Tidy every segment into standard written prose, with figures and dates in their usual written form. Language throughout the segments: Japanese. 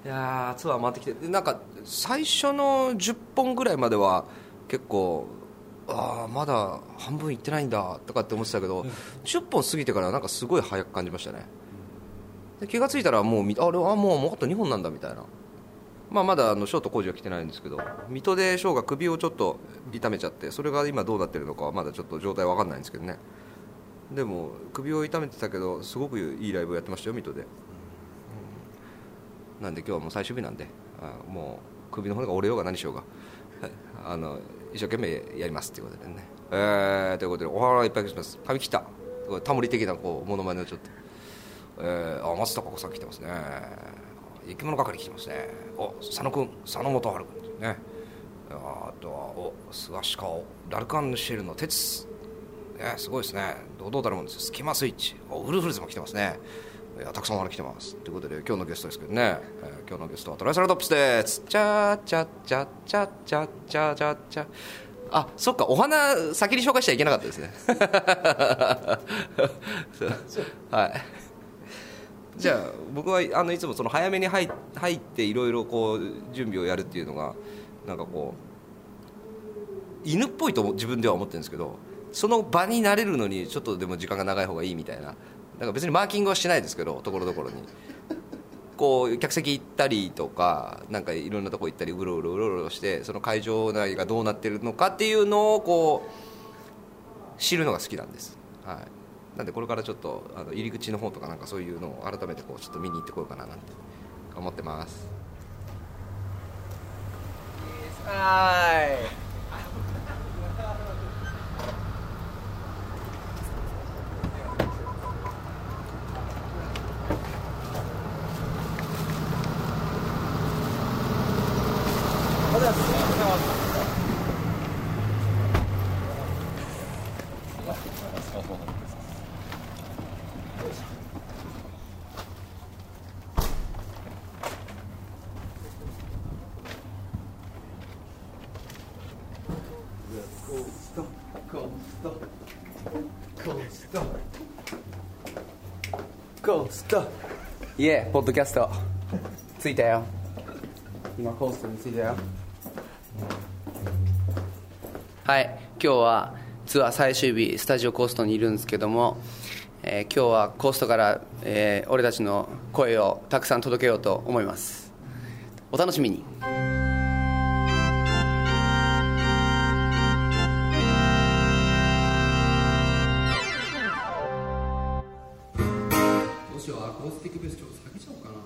いやツアー回ってきて、なんか最初の10本ぐらいまでは結構まだ半分いってないんだとかって思ってたけど、10本過ぎてからなんかすごい早く感じましたね。で気がついたらもうもうあと2本なんだみたいな。まだショート工事は来てないんですけど、水戸でショーが首をちょっと痛めちゃって、それが今どうなってるのかはまだちょっと状態分かんないんですけどね。でも首を痛めてたけどすごくいいライブをやってましたよ水戸で、なんで今日はもう最終日なんで、もう首の骨が折れようが何しようが一生懸命やりますということでね、ということでお花いっぱいします。髪切ったタモリ的なこうモノマネをちょっと、松たか子さん来てますね。生き物係来てますね。佐野君、佐野元春君ですね。あとは菅氏顔ラルカンヌシェルの鉄、すごいですね。堂々たるもんです。スキマスイッチ、ウルフルズも来てますね。たくさん来てますということで、今日のゲストですけどね、今日のゲストはトライサラトップスです。チャチャチャチャチャチャチャチャ。そっか、お花先に紹介しちゃいけなかったですねはい。じゃあ僕はいつもその早めに入っていろいろこう準備をやるっていうのがなんかこう犬っぽいと自分では思ってるんですけど、その場に慣れるのにちょっとでも時間が長い方がいいみたいな。だから別にマーキングはしないですけど、ところどころにこう客席行ったりとか、なんかいろんなとこ行ったりうろうろして、その会場内がどうなってるのかっていうのをこう知るのが好きなんです。はい。なんでこれからちょっと入り口の方とかなんかそういうのを改めてこうちょっと見に行ってこようかななんて思ってます。はい。いえ、ポッドキャスト着いたよ。今コーストに着いたよ。はい、今日はツアー最終日スタジオコーストにいるんですけども、今日はコーストから、俺たちの声をたくさん届けようと思います。お楽しみに。どうしよう、アコースティックベースちょっと下げちゃおうかな。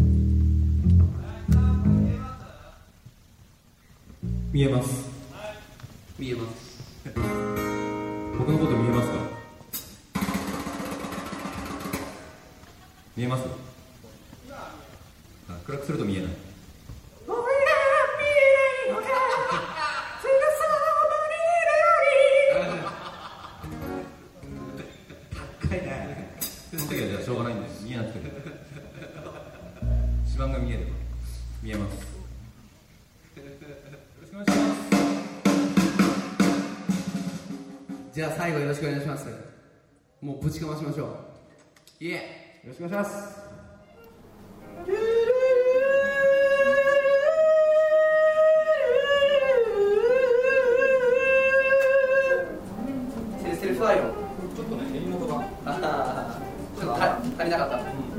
見えます。 見えます。 僕のこと見えますか？見えます？暗くすると見えない。高いね。その時はじゃあしょうがないんです。見えなくても指板が見えれば見えます。よろしくお願いします。 じゃあ最後よろしくお願いします。もうぶちかましましょう。いえ、よろしくお願いします。セルフアイロンちょっとね、襟元がちょっと足りなかった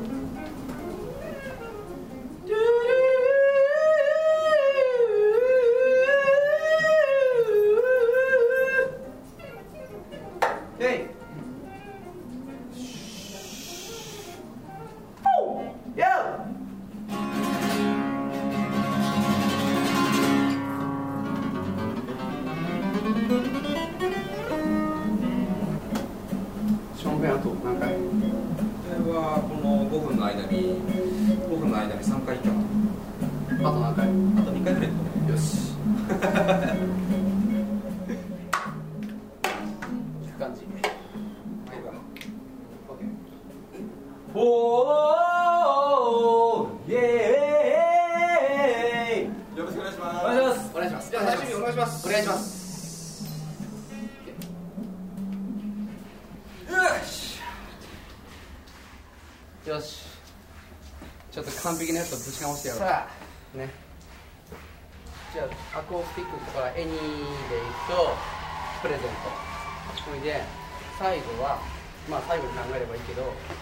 。3回行った。あと何回？あと2回ぐらい。よし。聞く感じ。おーイエーイ。よろしくお願いします。お願いします。お願いします。じゃあ最初にお願いします。お願いします。よし。よし。ちょっと完璧なやつをぶちかましてやろう。さあね、じゃあアコースティックとかエニーでいくとプレゼント、それで最後はまあ最後に考えればいいけど、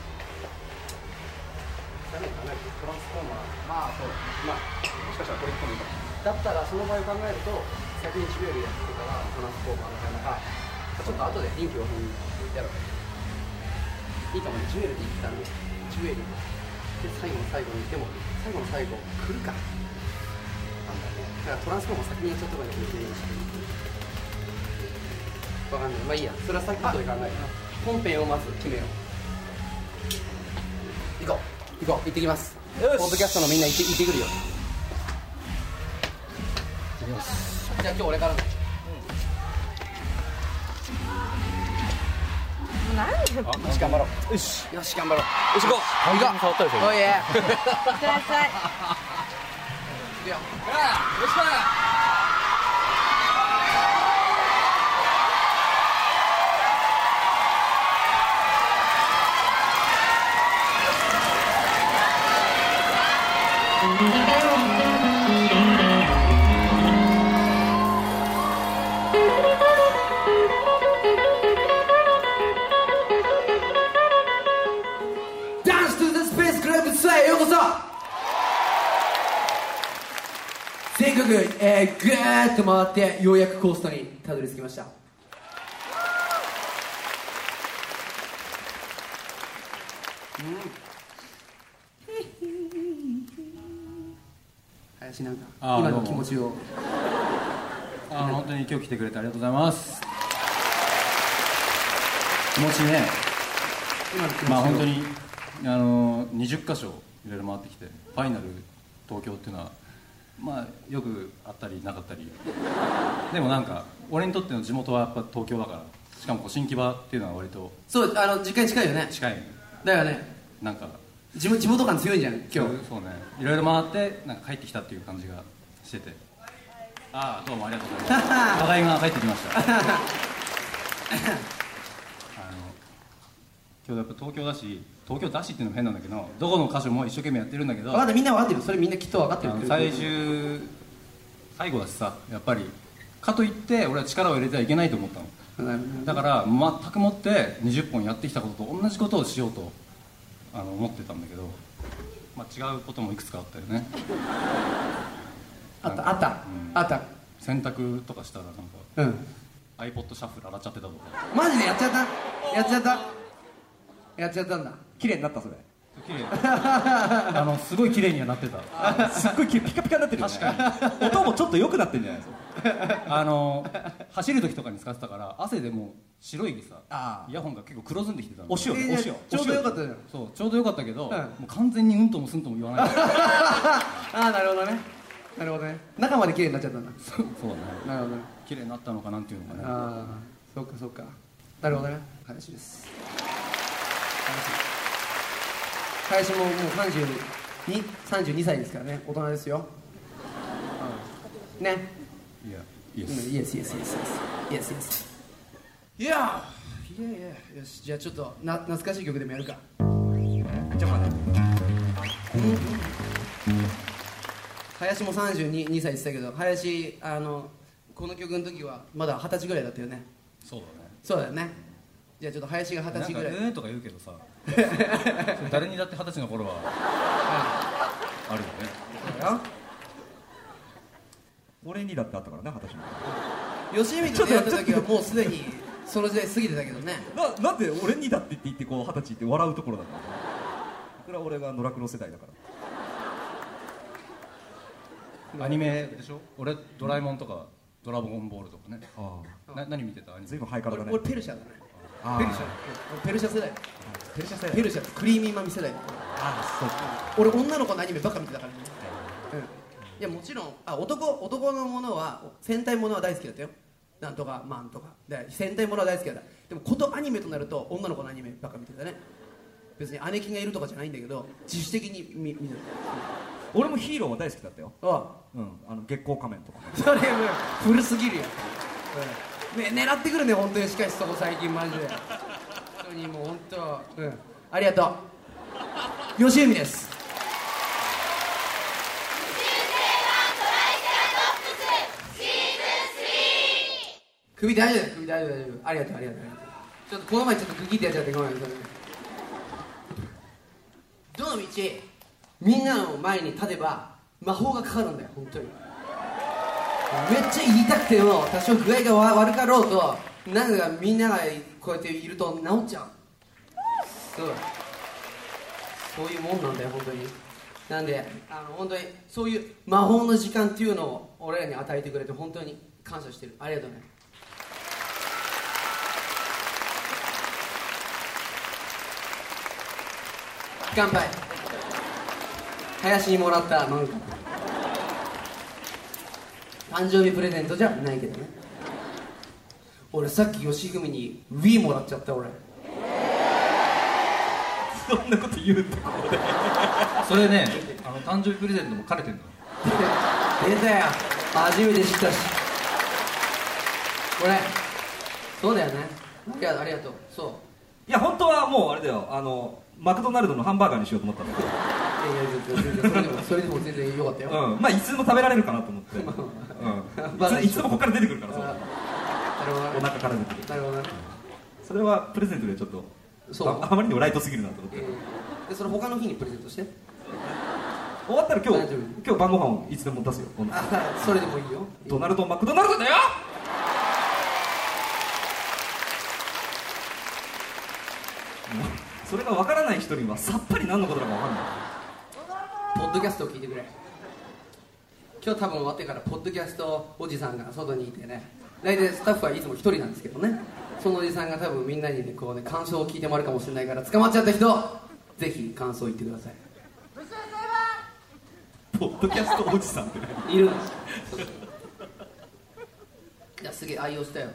最後に考えるとトランスフォーマー、まあそうだね、まあもしかしたらこれ1個もいいかもしれない。だったらその場合を考えると先にジュエルやってからトランスフォーマーみたいなのがちょっと後で臨機応変にやろう。いいかもね、ジュエルでいったんで、ジュエルで最後の最後に、でも最後の最後来るかなんだね。だからトランスフォーマー先にやっちゃった方がいいかもしれないし、分かんない。まあいいや、それは先後で考える。本編をまず決めよう。行こう行ってきます。ポッドキャストのみんな行ってくるよ。じゃあ今日俺からね。よし頑張ろう。よし頑張ろう。よし行こう。行こう。おいえ。いってらっしゃい。いくよ。よしこい。ようこそ。全国ぐーっと回ってようやくコーストにたどり着きました。林なんか今の気持ちを。 本当に今日来てくれてありがとうございます。気持ちね、 今の気持ちをまあ本当に20カ所いろいろ回ってきて、ファイナル東京っていうのはまあよくあったりなかったりでもなんか俺にとっての地元はやっぱ東京だから、しかも新木場っていうのは割とそう、実家に近いよね。 近いだよね。 なんか地元感強いんじゃん今日。 そうね、いろいろ回ってなんか帰ってきたっていう感じがしてて、どうもありがとうございますただいま帰ってきました今日やっぱ東京だしっていうのも変なんだけど、どこの箇所も一生懸命やってるんだけど、 分かってる、みんな分かってる。それみんなきっと分かってる。 最後だしさ、やっぱりかといって俺は力を入れてはいけないと思ったの。だから全くもって20本やってきたことと同じことをしようと思ってたんだけど、まあ、違うこともいくつかあったよねあった、 洗濯とかしたらなんか、iPod シャッフル洗っちゃってたとか。 マジでやっちゃったんだ。 綺麗になった。それ綺麗すごい綺麗にはなってたすっごいピカピカになってるよね。 確かに音もちょっと良くなってるんじゃないですか走る時とかに使ってたから汗でもう白いさイヤホンが結構黒ずんできてたの。 お塩ちょうどよかったじゃん。 そうちょうどよかったけど、もう完全にうんともすんとも言わないなるほどね。中まで綺麗になっちゃったんだ。 そうね。 なるほどね。 綺麗になったのかなんていうのかね。 そうか。なるほどね。林です。林ももう32歳ですからね。大人ですよ。ね。 イエス。 いやよし、じゃあちょっと懐かしい曲でもやるか。 じゃあ林も32歳って言ってたけど、林この曲の時はまだ20歳ぐらいだったよね。そうだよね。じゃあちょっと林が20歳ぐらい。 なんかとか言うけどさ誰にだって20歳の頃はあるよね。 俺にだってあったからね、20歳の吉見と出会った時はもうすでにその時代過ぎてたけどね。 なんで俺にだってって言ってこう20歳って笑うところだったの。それは俺が野良黒世代だから。 アニメでしょ。俺ドラえもんとかドラゴンボールとかね。何見てた？ 随分ハイカラだね。 俺ペルシャだね。ペルシャ世代。ペルシャクリーミーマミ世代。 そうか。 俺女の子のアニメばっか見てたからね。いやもちろん男のものは戦隊ものは大好きだったよ。なんとかマンとかで戦隊ものは大好きだった。でもことアニメとなると女の子のアニメばっか見てたね。別に姉貴がいるとかじゃないんだけど自主的に見てた。 俺もヒーローは大好きだったよ。月光仮面とか。 それも古すぎるよ。狙ってくるね本当に。しかしそこ最近マジで本当にもう本当。ありがとう。吉海です。 首大丈夫、首大丈夫、大丈夫。ありがとう、ありがとう、ありがとう。ちょっとこの前ちょっとグキってやっちゃってごめんなさい。どの道みんなの前に立てば魔法がかかるんだよ、本当に。めっちゃ言いたくても多少具合が悪かろうと、なんかみんながこうやっていると治っちゃう。そういうもんなんだよ、本当に。なんで本当にそういう魔法の時間っていうのを俺らに与えてくれて本当に感謝してる。ありがとうね。乾杯。林にもらったマンゴー。誕生日プレゼントじゃないけどね。俺さっき吉組に Wii もらっちゃった。俺そんなこと言うんだここでそれね、誕生日プレゼントも兼ねてんの。 出たよ、初めて知ったし。これそうだよね。ありがとう。そういや本当はもうあれだよ、マクドナルドのハンバーガーにしようと思ったんだけど、 いやそれでも全然良かったよ。 まあいつでも食べられるかなと思って、いつでもここから出てくるから、そうお腹から出てくる。 なるほどね。 それはプレゼントでちょっとあまりにもライトすぎるなと思って、 でそれ他の日にプレゼントして。 終わったら今日晩ご飯をいつでも出すよ。 それでもいいよ。 ドナルドマクドナルドだよ。それが分からない人にはさっぱり何のことだか分かんない。 ポッドキャストを聞いてくれ。今日多分終わってからポッドキャストおじさんが外にいてね、大体スタッフはいつも一人なんですけどね、そのおじさんが多分みんなにねこうね感想を聞いてもらうかもしれないから、捕まっちゃった人ぜひ感想を言ってください。 ポッドキャストおじさんっているんですよ。いやすげえ愛用したよ。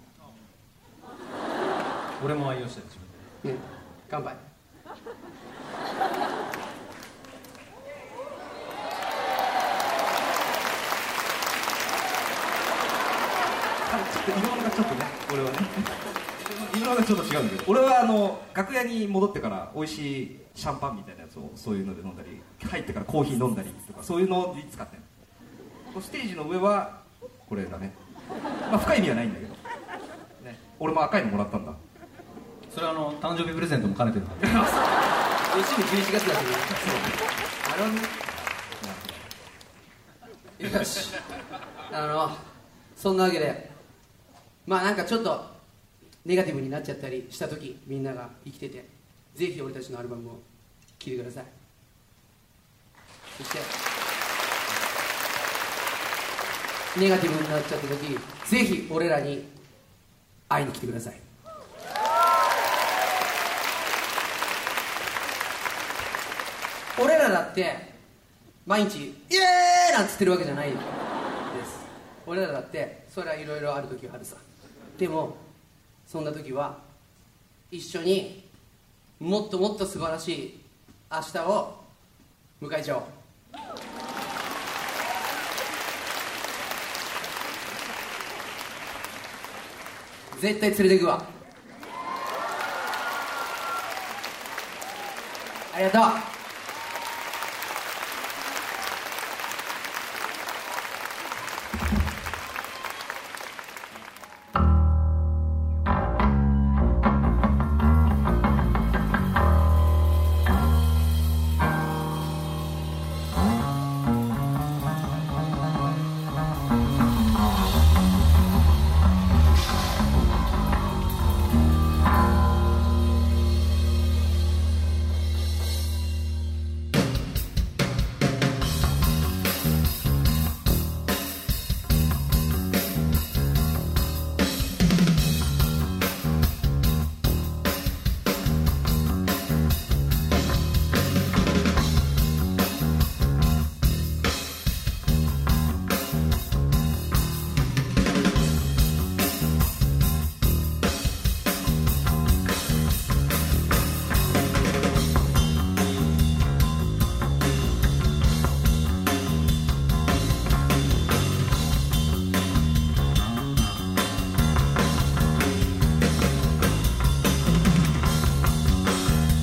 俺も愛用したよ、自分で。 ね、乾杯。 色物がちょっとね、俺はね色物がちょっと違うんだけど、俺は楽屋に戻ってから美味しいシャンパンみたいなやつをそういうので飲んだり、入ってからコーヒー飲んだりとかそういうのに使ってる。ステージの上はこれだね。まあ深い意味はないんだけど、ね、俺も赤いのもらったんだ。 それは誕生日プレゼントも兼ねてる吉見11月だけどね。よし、そんなわけでまあなんかちょっとネガティブになっちゃったりした時、みんなが生きててぜひ俺たちのアルバムを聴いてください。そしてネガティブになっちゃった時、ぜひ俺らに会いに来てください。俺らだって毎日イエーイなんつってるわけじゃないです。俺らだってそれはいろいろある時はあるさ。でもそんな時は一緒にもっともっと素晴らしい明日を迎えちゃおう。絶対連れてくわ。ありがとう。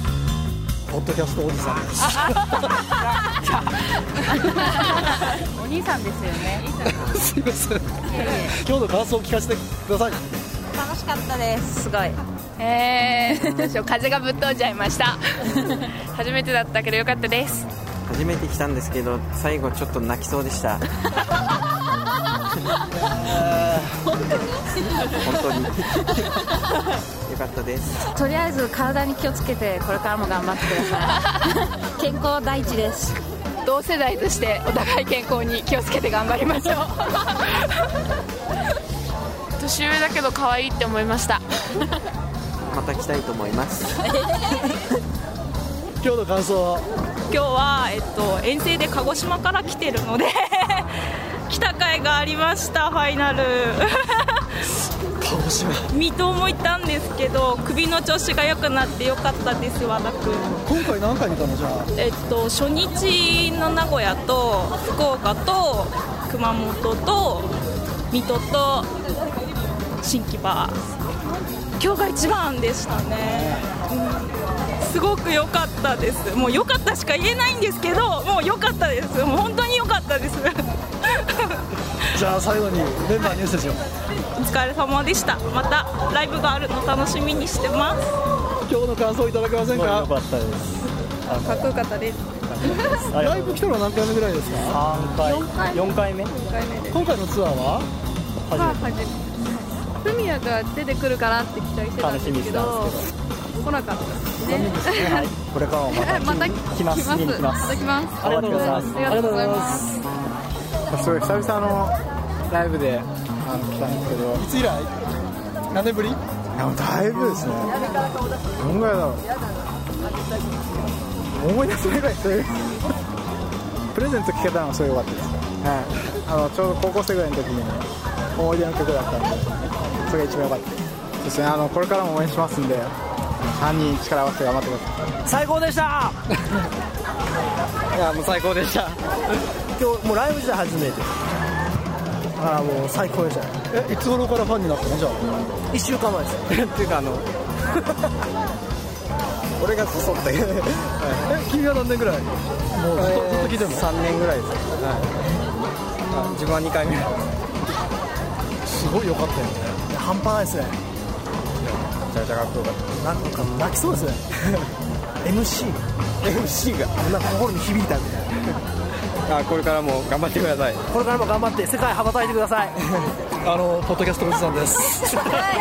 ポッドキャストおじさんです。 兄さんですよね。 すいません。今日の感想を聞かせてください。 楽しかったです。すごい。 風がぶっ飛んじゃいました初めてだったけどよかったです。 初めて来たんですけど最後ちょっと泣きそうでした本当によかったです。 とりあえず体に気をつけてこれからも頑張ってください健康第一です。 同世代としてお互い健康に気をつけて頑張りましょう年上だけど可愛いって思いましたまた来たいと思います今日の感想は？ 今日は、遠征で鹿児島から来てるので来た甲斐がありました。ファイナル鹿児島水戸も行ったんですけど首の調子が良くなって良かったです。和田君今回何回見たの？じゃあ初日の名古屋と福岡と熊本と水戸と新木場、今日が一番でしたね、すごく良かったです。もう良かったしか言えないんですけどもう良かったです。もう本当に良かったですじゃあ最後にメンバーにメッセージを。 お疲れ様でした。またライブがあるの楽しみにしてます。 今日の感想いただけませんか？ 良かったです。 かっこよかったですライブ来たのは何回目ぐらいですか ？4回目。 今回のツアーは初めて。フミヤが出てくるかなって期待してたんですけど来なかったですねはい、これからもまた来ます。 また来ます。 ありがとうございます。 ありがとうございます。 すごい久々のライブで来たんですけど、 いつ以来？何年ぶり？ いやだいぶですね。どんぐらいだろう。思い出せないぐらいそういうプレゼント聞けたのがすごい良かったです。はい、ちょうど高校生ぐらいの時に思い出の曲だったんで、それが一番良かったですね。これからも応援しますんで、3人力を合わせて頑張ってください。 最高でしたいやもう最高でした今日もうライブ自体初めて。もう最高でした。いつ頃からファンになったの？じゃあ1週間前ですっていうか俺が誘って君は何年ぐらい？もうずっと聞いてるの ？3年ぐらいです。自分は2回目。 すごい良かったよね。半端ないですね。 めちゃめちゃかっこよかった。 なんか泣きそうですねMC がなんか心に響いたみたいな。 これからも頑張ってください。 これからも頑張って世界羽ばたいてくださいポッドキャストおじさんです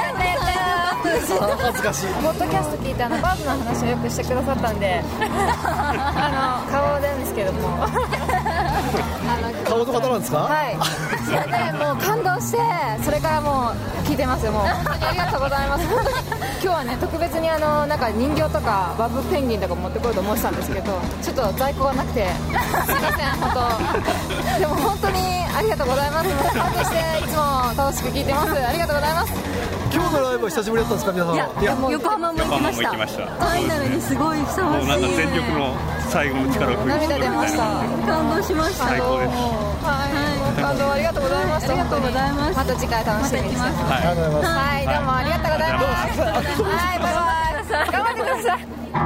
恥ずかしい。 ポッドキャスト聞いてバーズの話をよくしてくださったんで顔なんですけども顔の方なんですか？ はいいやねもう感動してそれからもう聞いてますよ。もう本当にありがとうございます。本当に今日はね特別になんか人形とかバブペンギンとか持ってこようと思ってたんですけどちょっと在庫がなくてすいません本当でも本当にありがとうございます。もうファンとしていつも楽しく聞いてます。ありがとうございます。 今日のライブは久しぶりだったんですか皆さん？ いやもう横浜も行きました。ファイナルにすごいふさわしい。もうなんか全力の最後の力を振り絞るみたいな。涙出ました。感動しました。最高です。はい、感動ありがとうございました。ありがとうございます。また次回楽しみにしてます。 ありがとうございます。 はい、どうもありがとうございます。はい、バイバイ。頑張ってください。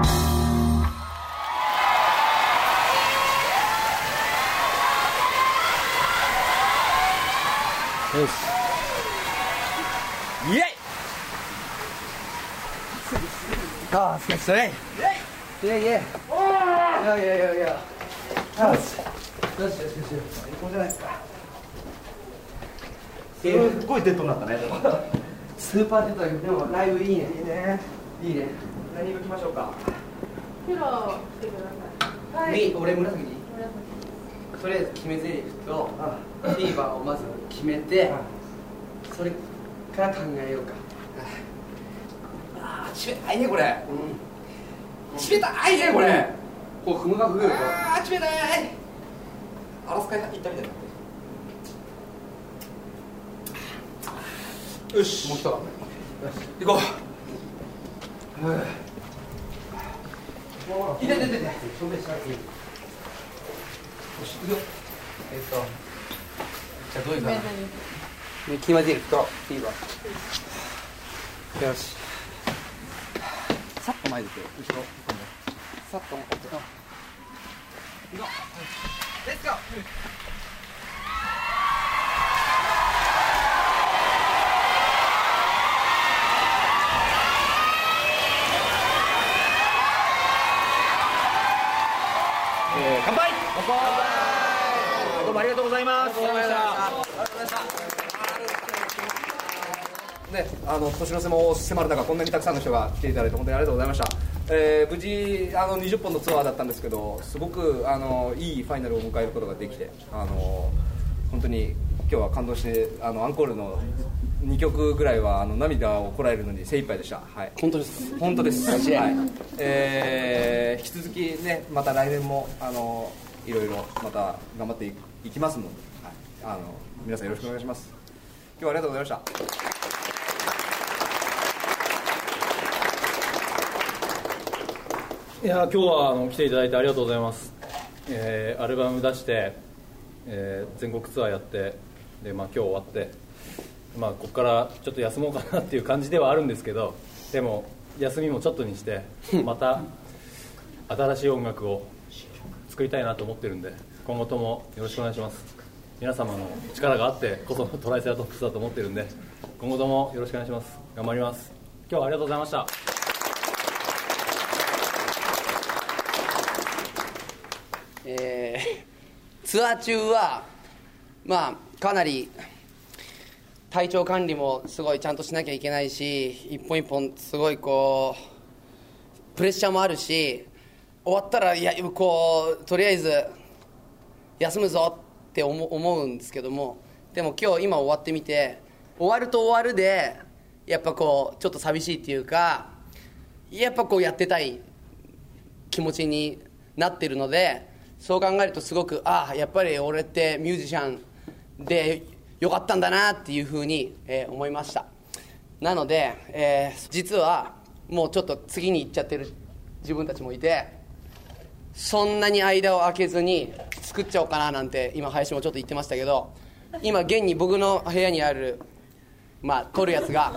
よし。イエイ。ああ、すごいですね。イエイイエイ。いや。よし。最高じゃないですか。すごいデッドになったね。 スーパーデッドだけどでもライブいいね。いいね。何行きましょうか。 黒来てください。 はい。俺紫。とりあえず決め台詞とフィーバーをまず決めて、それから考えようか。冷たいねこれ。冷たいねこれ。こう踏むが踏むよ。冷たい。アラスカに行ったみたいな。よしもう一段。行こう。いて。そんでしなくていい。よし、行くよ。じゃあどういうかな。決まっているとフィーバー。よし。さっと前出て後ろ。さっと持って。行こう。レッツゴー。 どうもありがとうございます。 ね、年の瀬も迫る中、こんなにたくさんの人が来ていただいて本当にありがとうございました。無事20本のツアーだったんですけど、すごくいいファイナルを迎えることができて、本当に今日は感動して、アンコールの2曲ぐらいは涙をこらえるのに精一杯でした。はい、 本当ですか？ 本当です。はい、引き続きね、また来年もいろいろまた頑張っていきますので、はい、皆さんよろしくお願いします。今日はありがとうございました。 いや今日は来ていただいてありがとうございます。アルバム出して、全国ツアーやってで、今日終わって、ここからちょっと休もうかなっていう感じではあるんですけど、でも休みもちょっとにしてまた新しい音楽を作りたいなと思ってるんで、今後ともよろしくお願いします。皆様の力があってこそトライセラトップスだと思ってるんで、今後ともよろしくお願いします。頑張ります。今日はありがとうございました。 ツアー中はかなり体調管理もすごいちゃんとしなきゃいけないし、一本一本すごいこうプレッシャーもあるし、終わったらとりあえず休むぞって思うんですけども、でも今終わってみて、終わると終わるでやっぱちょっと寂しいっていうか、やっぱやってたい気持ちになってるので、そう考えるとすごくやっぱり俺ってミュージシャンでよかったんだなっていうふうに、思いました。なので、実はもうちょっと次に行っちゃってる自分たちもいて、そんなに間を空けずに作っちゃおうかななんて今林もちょっと言ってましたけど、今現に僕の部屋にある撮るやつが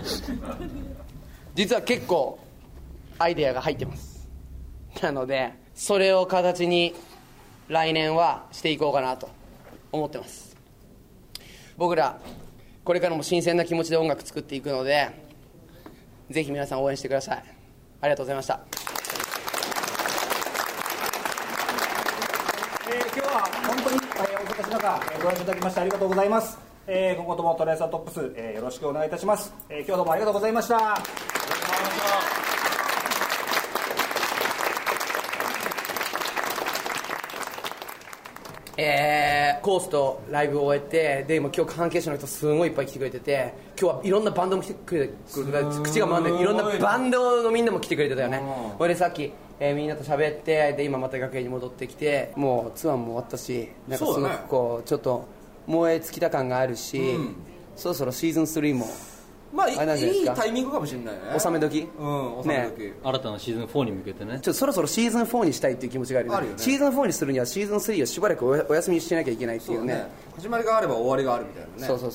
実は結構アイデアが入ってます。なのでそれを形に来年はしていこうかなと思ってます。僕らこれからも新鮮な気持ちで音楽作っていくので、ぜひ皆さん応援してください。ありがとうございました。 今日は本当にお忙しい中ご覧いただきましてありがとうございます。今後ともトライサートップス、よろしくお願いいたします。今日はどうもありがとうございました。 コースとライブを終えて、で今日関係者の人すごいいっぱい来てくれてて、今日はいろんなバンドも来てくれて、口が回んない、いろんなバンドのみんなも来てくれてたよね。それでさっき、みんなと喋って、で今また楽屋に戻ってきて、もうツアーも終わったし、なんかすごくちょっと燃え尽きた感があるし、そろそろシーズン3もいいタイミングかもしれないね。 収め時、 新たなシーズン4に向けてね、 そろそろシーズン4にしたいっていう気持ちがあるよね。シーズン4にするにはシーズン3をしばらくお休みしなきゃいけないっていうね。 始まりがあれば終わりがあるみたいなね。 そう、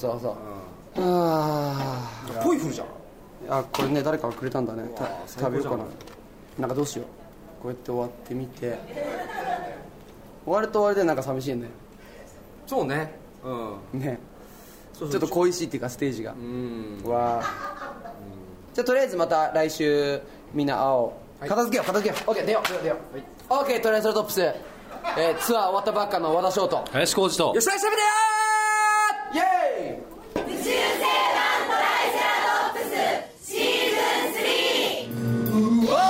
ポイフルじゃん。 これね、誰かがくれたんだね。食べようかな。なんかどうしよう。こうやって終わってみて、終わると終わりでなんか寂しいね。 そうね。 ね、ちょっと恋しいっていうかステージが。わあ。じゃあとりあえずまた来週みんな会おう。片付けよう。OK、出よう。OK、トライセラトップス、ツアー終わったばっかの和田翔と林浩二と吉田しゃべだよー。イエーイ。 宇宙船団トライセラトップスシーズン3。うわ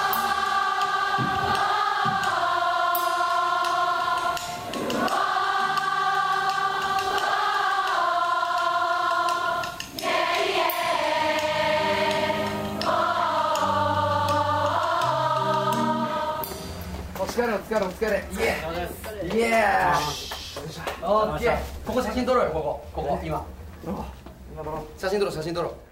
疲れ。イエーイ。オッケー。ここ写真撮ろうよ。ここ今。写真撮ろう。